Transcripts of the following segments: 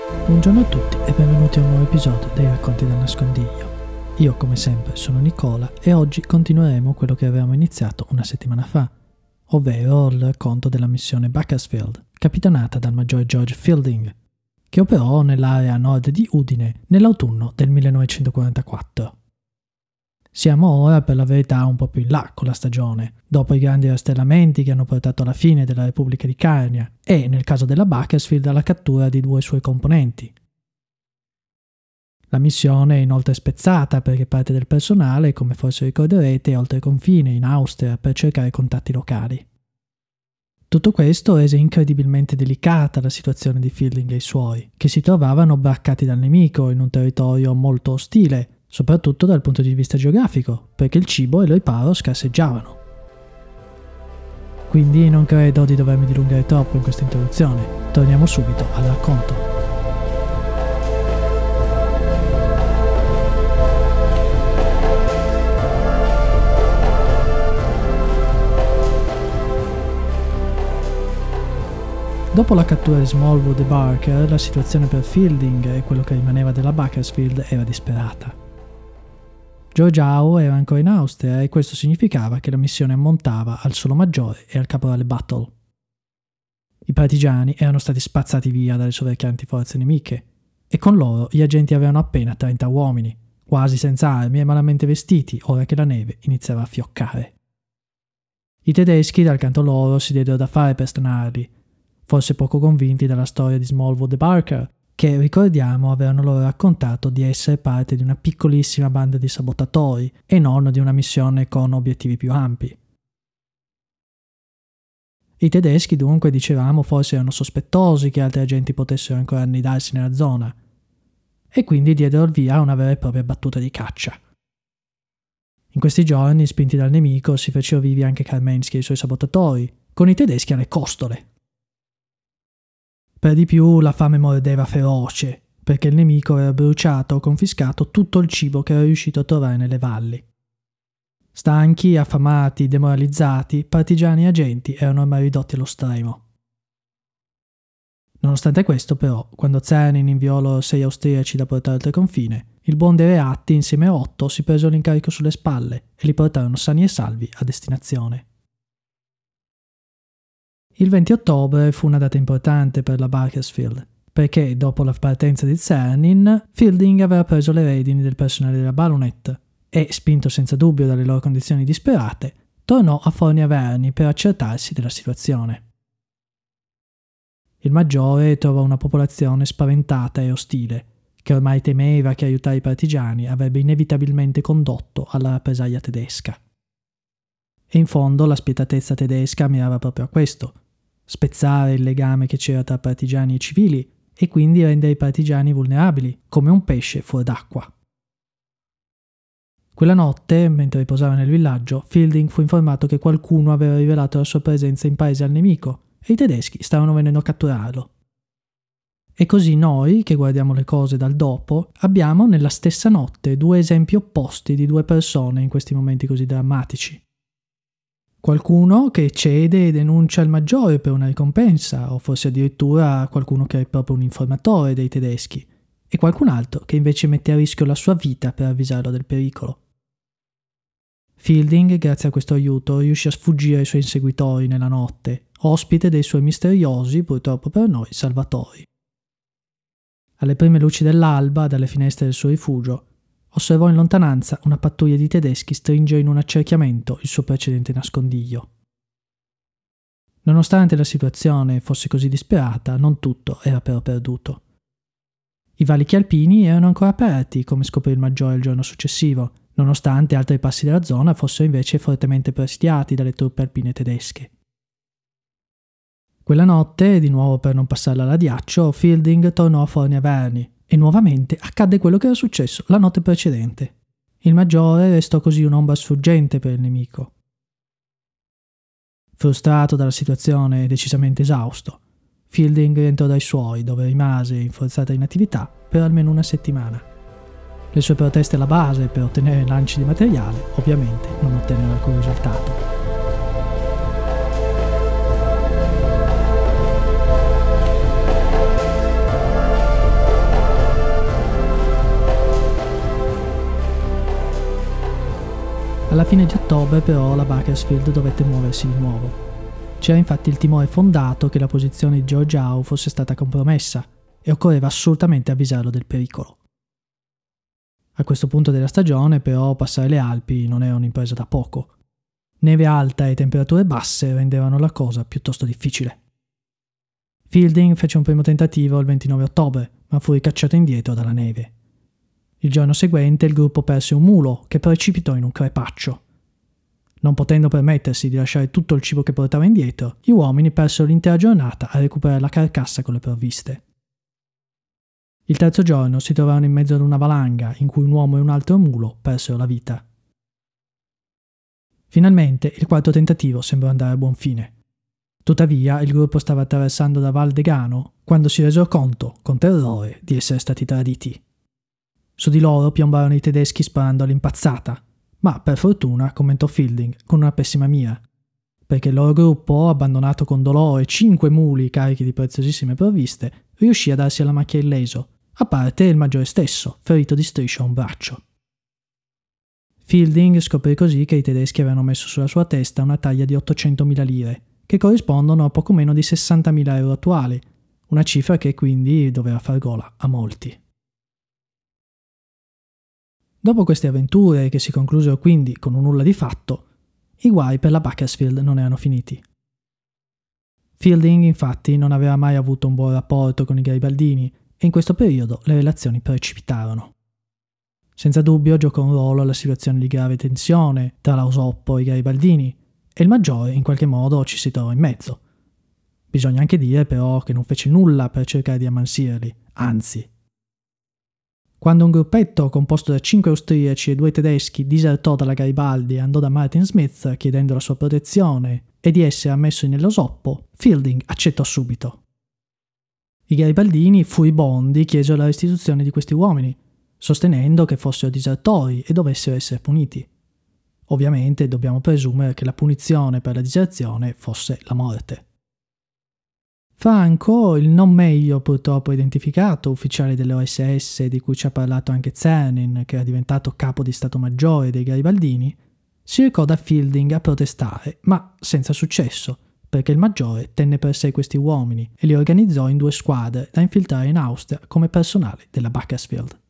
Buongiorno a tutti e benvenuti a un nuovo episodio dei Racconti dal Nascondiglio. Io, come sempre, sono Nicola e oggi continueremo quello che avevamo iniziato una settimana fa, ovvero il racconto della missione Bakersfield, capitanata dal maggiore George Fielding, che operò nell'area a nord di Udine nell'autunno del 1944. Siamo ora, per la verità, un po' più in là con la stagione, dopo i grandi rastrellamenti che hanno portato alla fine della Repubblica di Carnia e, nel caso della Bakersfield, alla cattura di 2 suoi componenti. La missione è inoltre spezzata perché parte del personale, come forse ricorderete, è oltre confine in Austria per cercare contatti locali. Tutto questo rese incredibilmente delicata la situazione di Fielding e i suoi, che si trovavano braccati dal nemico in un territorio molto ostile, soprattutto dal punto di vista geografico, perché il cibo e il riparo scarseggiavano. Quindi non credo di dovermi dilungare troppo in questa introduzione, torniamo subito al racconto. Dopo la cattura di Smallwood e Barker, la situazione per Fielding e quello che rimaneva della Bakersfield era disperata. George Howe era ancora in Austria e questo significava che la missione ammontava al solo maggiore e al caporale Battle. I partigiani erano stati spazzati via dalle soverchianti forze nemiche e con loro gli agenti avevano appena 30 uomini, quasi senza armi e malamente vestiti ora che la neve iniziava a fioccare. I tedeschi dal canto loro si diedero da fare per stanarli, forse poco convinti dalla storia di Smallwood e Barker, che, ricordiamo, avevano loro raccontato di essere parte di una piccolissima banda di sabotatori e non di una missione con obiettivi più ampi. I tedeschi, dunque, dicevamo, forse erano sospettosi che altri agenti potessero ancora annidarsi nella zona, e quindi diedero il via a una vera e propria battuta di caccia. In questi giorni, spinti dal nemico, si fecero vivi anche Karmensky e i suoi sabotatori, con i tedeschi alle costole. Per di più la fame mordeva feroce, perché il nemico aveva bruciato o confiscato tutto il cibo che era riuscito a trovare nelle valli. Stanchi, affamati, demoralizzati, partigiani e agenti erano ormai ridotti allo stremo. Nonostante questo, però, quando Czernin inviò loro 6 austriaci da portare oltre confine, il buon De Reatti insieme a 8 si presero l'incarico sulle spalle e li portarono sani e salvi a destinazione. Il 20 ottobre fu una data importante per la Bakersfield, perché dopo la partenza di Czernin, Fielding aveva preso le redini del personale della baronet e, spinto senza dubbio dalle loro condizioni disperate, tornò a Forni Averni per accertarsi della situazione. Il maggiore trovò una popolazione spaventata e ostile, che ormai temeva che aiutare i partigiani avrebbe inevitabilmente condotto alla rappresaglia tedesca. E in fondo la spietatezza tedesca mirava proprio a questo: spezzare il legame che c'era tra partigiani e civili e quindi rendere i partigiani vulnerabili, come un pesce fuor d'acqua. Quella notte, mentre riposava nel villaggio, Fielding fu informato che qualcuno aveva rivelato la sua presenza in paese al nemico e i tedeschi stavano venendo a catturarlo. E così noi, che guardiamo le cose dal dopo, abbiamo nella stessa notte 2 esempi opposti di 2 persone in questi momenti così drammatici. Qualcuno che cede e denuncia il maggiore per una ricompensa, o forse addirittura qualcuno che è proprio un informatore dei tedeschi, e qualcun altro che invece mette a rischio la sua vita per avvisarlo del pericolo. Fielding, grazie a questo aiuto, riuscì a sfuggire ai suoi inseguitori nella notte, ospite dei suoi misteriosi, purtroppo per noi, salvatori. Alle prime luci dell'alba, dalle finestre del suo rifugio, osservò in lontananza una pattuglia di tedeschi stringere in un accerchiamento il suo precedente nascondiglio. Nonostante la situazione fosse così disperata, non tutto era però perduto. I valichi alpini erano ancora aperti, come scoprì il maggiore il giorno successivo, nonostante altri passi della zona fossero invece fortemente presidiati dalle truppe alpine tedesche. Quella notte, di nuovo per non passarla alla ghiaccio, Fielding tornò a Forni Averni, e nuovamente accadde quello che era successo la notte precedente. Il maggiore restò così un'ombra sfuggente per il nemico. Frustrato dalla situazione e decisamente esausto, Fielding rientrò dai suoi, dove rimase in forzata inattività per almeno una settimana. Le sue proteste alla base per ottenere lanci di materiale ovviamente non ottennero alcun risultato. fine di ottobre però la Bakersfield dovette muoversi di nuovo. C'era infatti il timore fondato che la posizione di George Howe fosse stata compromessa e occorreva assolutamente avvisarlo del pericolo. A questo punto della stagione però passare le Alpi non era un'impresa da poco. Neve alta e temperature basse rendevano la cosa piuttosto difficile. Fielding fece un primo tentativo il 29 ottobre, ma fu ricacciato indietro dalla neve. Il giorno seguente il gruppo perse un mulo che precipitò in un crepaccio. Non potendo permettersi di lasciare tutto il cibo che portava indietro, gli uomini persero l'intera giornata a recuperare la carcassa con le provviste. Il terzo giorno si trovarono in mezzo ad una valanga in cui un uomo e un altro mulo persero la vita. Finalmente il quarto tentativo sembrò andare a buon fine. Tuttavia il gruppo stava attraversando la Val Degano quando si resero conto, con terrore, di essere stati traditi. Su di loro piombarono i tedeschi sparando all'impazzata, ma per fortuna, commentò Fielding, con una pessima mira, perché il loro gruppo, abbandonato con dolore 5 muli carichi di preziosissime provviste, riuscì a darsi alla macchia illeso, a parte il maggiore stesso, ferito di striscio a un braccio. Fielding scoprì così che i tedeschi avevano messo sulla sua testa una taglia di 800.000 lire, che corrispondono a poco meno di 60.000 euro attuali, una cifra che quindi doveva far gola a molti. Dopo queste avventure, che si conclusero quindi con un nulla di fatto, i guai per la Bakersfield non erano finiti. Fielding, infatti, non aveva mai avuto un buon rapporto con i garibaldini e in questo periodo le relazioni precipitarono. Senza dubbio giocò un ruolo la situazione di grave tensione tra l'Ausoppo e i garibaldini, e il maggiore in qualche modo ci si trovò in mezzo. Bisogna anche dire però che non fece nulla per cercare di ammansirli, anzi. Quando un gruppetto composto da 5 austriaci e 2 tedeschi disertò dalla Garibaldi e andò da Martin Smith chiedendo la sua protezione e di essere ammesso nell'Ausoppo, Fielding accettò subito. I garibaldini, furibondi, chiesero la restituzione di questi uomini, sostenendo che fossero disertori e dovessero essere puniti. Ovviamente dobbiamo presumere che la punizione per la diserzione fosse la morte. Franco, il non meglio purtroppo identificato ufficiale dell'OSS di cui ci ha parlato anche Czernin, che era diventato capo di Stato Maggiore dei garibaldini, si recò da Fielding a protestare, ma senza successo, perché il maggiore tenne per sé questi uomini e li organizzò in 2 squadre da infiltrare in Austria come personale della Bakersfield.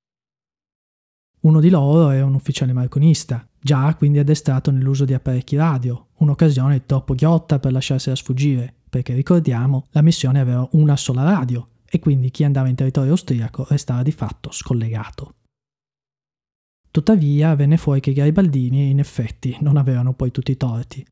Uno di loro era un ufficiale marconista, già quindi addestrato nell'uso di apparecchi radio, un'occasione troppo ghiotta per lasciarsela sfuggire, perché ricordiamo, la missione aveva una sola radio e quindi chi andava in territorio austriaco restava di fatto scollegato. Tuttavia venne fuori che i garibaldini in effetti non avevano poi tutti i torti.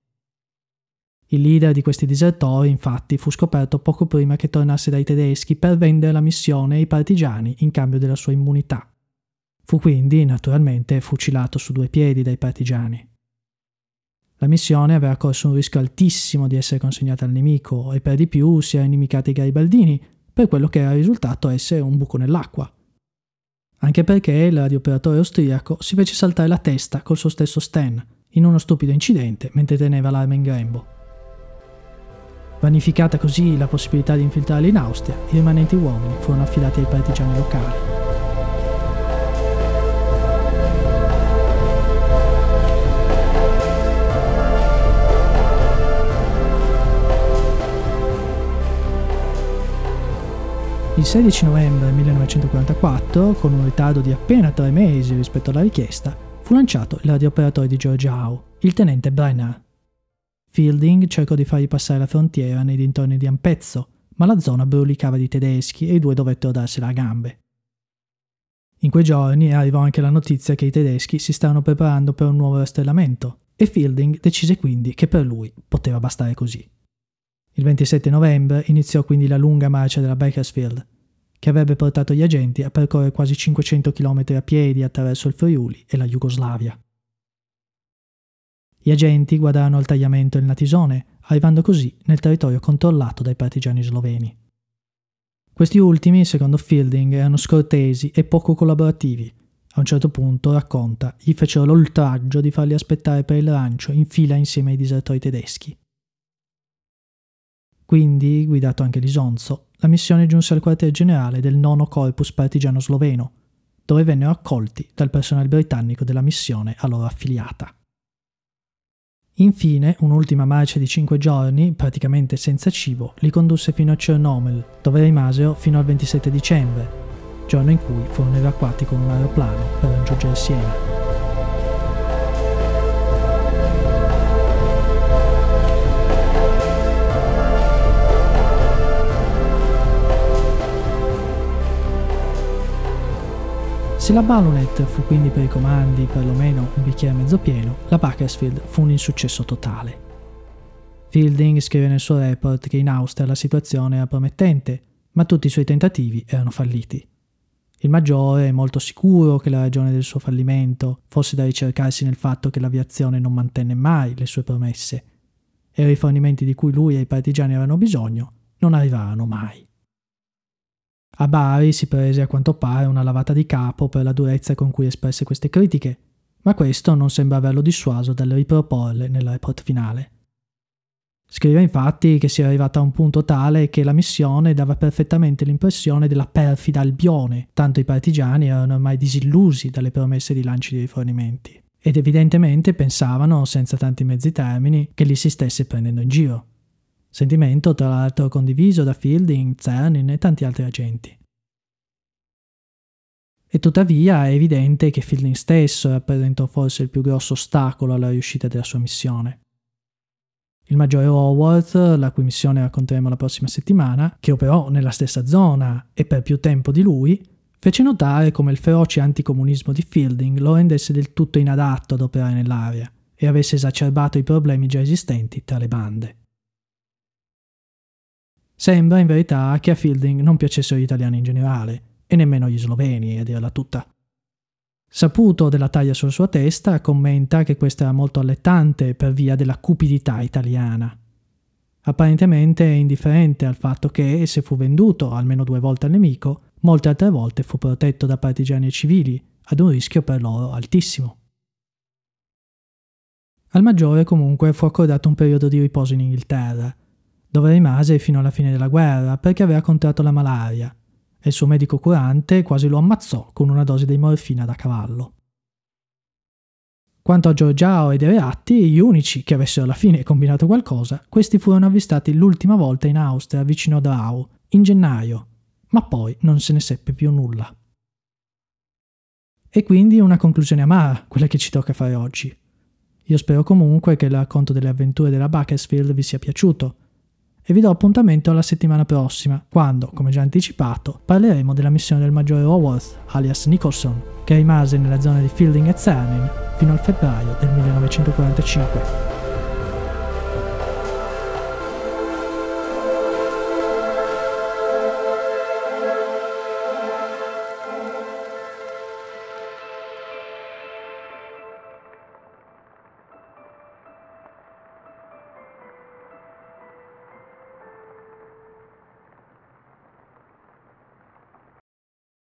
Il leader di questi disertori infatti fu scoperto poco prima che tornasse dai tedeschi per vendere la missione ai partigiani in cambio della sua immunità. Fu quindi, naturalmente, fucilato su 2 piedi dai partigiani. La missione aveva corso un rischio altissimo di essere consegnata al nemico e per di più si era inimicata i garibaldini per quello che era risultato essere un buco nell'acqua. Anche perché il radiooperatore austriaco si fece saltare la testa col suo stesso Sten in uno stupido incidente mentre teneva l'arma in grembo. Vanificata così la possibilità di infiltrarli in Austria, i rimanenti uomini furono affidati ai partigiani locali. Il 16 novembre 1944, con un ritardo di appena 3 mesi rispetto alla richiesta, fu lanciato il radiooperatore di George Howe, il tenente Brenner. Fielding cercò di fargli passare la frontiera nei dintorni di Ampezzo, ma la zona brulicava di tedeschi e i 2 dovettero darsela a gambe. In quei giorni arrivò anche la notizia che i tedeschi si stavano preparando per un nuovo rastrellamento e Fielding decise quindi che per lui poteva bastare così. Il 27 novembre iniziò quindi la lunga marcia della Bakersfield, che avrebbe portato gli agenti a percorrere quasi 500 km a piedi attraverso il Friuli e la Jugoslavia. Gli agenti guardarono il tagliamento e il Natisone, arrivando così nel territorio controllato dai partigiani sloveni. Questi ultimi, secondo Fielding, erano scortesi e poco collaborativi. A un certo punto, racconta, gli fecero l'oltraggio di farli aspettare per il rancio in fila insieme ai disertori tedeschi. Quindi, guidato anche Lisonzo, la missione giunse al quartier generale del 9° Corpus partigiano sloveno, dove vennero accolti dal personale britannico della missione a loro affiliata. Infine, un'ultima marcia di 5 giorni, praticamente senza cibo, li condusse fino a Chernomel, dove rimasero fino al 27 dicembre, giorno in cui furono evacuati con un aeroplano per raggiungere Siena. Se la Ballonet fu quindi per i comandi perlomeno un bicchiere mezzo pieno, la Bakersfield fu un insuccesso totale. Fielding scrive nel suo report che in Austria la situazione era promettente, ma tutti i suoi tentativi erano falliti. Il maggiore è molto sicuro che la ragione del suo fallimento fosse da ricercarsi nel fatto che l'aviazione non mantenne mai le sue promesse e i rifornimenti di cui lui e i partigiani avevano bisogno non arrivarono mai. A Bari si prese a quanto pare una lavata di capo per la durezza con cui espresse queste critiche, ma questo non sembra averlo dissuaso dal riproporle nel report finale. Scrive infatti che si è arrivata a un punto tale che la missione dava perfettamente l'impressione della perfida Albione, tanto i partigiani erano ormai disillusi dalle promesse di lanci di rifornimenti, ed evidentemente pensavano, senza tanti mezzi termini, che li si stesse prendendo in giro. Sentimento tra l'altro condiviso da Fielding, Czernin e tanti altri agenti. E tuttavia è evidente che Fielding stesso rappresentò forse il più grosso ostacolo alla riuscita della sua missione. Il maggiore Haworth, la cui missione racconteremo la prossima settimana, che operò nella stessa zona e per più tempo di lui, fece notare come il feroce anticomunismo di Fielding lo rendesse del tutto inadatto ad operare nell'area e avesse esacerbato i problemi già esistenti tra le bande. Sembra in verità che a Fielding non piacessero gli italiani in generale, e nemmeno gli sloveni, a dirla tutta. Saputo della taglia sulla sua testa, commenta che questa era molto allettante per via della cupidità italiana. Apparentemente è indifferente al fatto che, se fu venduto almeno 2 volte al nemico, molte altre volte fu protetto da partigiani e civili, ad un rischio per loro altissimo. Al maggiore comunque fu accordato un periodo di riposo in Inghilterra, dove rimase fino alla fine della guerra perché aveva contratto la malaria, e il suo medico curante quasi lo ammazzò con una dose di morfina da cavallo. Quanto a Giorgiao e Dereatti, gli unici che avessero alla fine combinato qualcosa, questi furono avvistati l'ultima volta in Austria vicino a Drau, in gennaio, ma poi non se ne seppe più nulla. E quindi una conclusione amara, quella che ci tocca fare oggi. Io spero comunque che il racconto delle avventure della Bakersfield vi sia piaciuto, e vi do appuntamento alla settimana prossima, quando, come già anticipato, parleremo della missione del maggiore Haworth, alias Nicholson, che rimase nella zona di Fielding e Czernin fino al febbraio del 1945.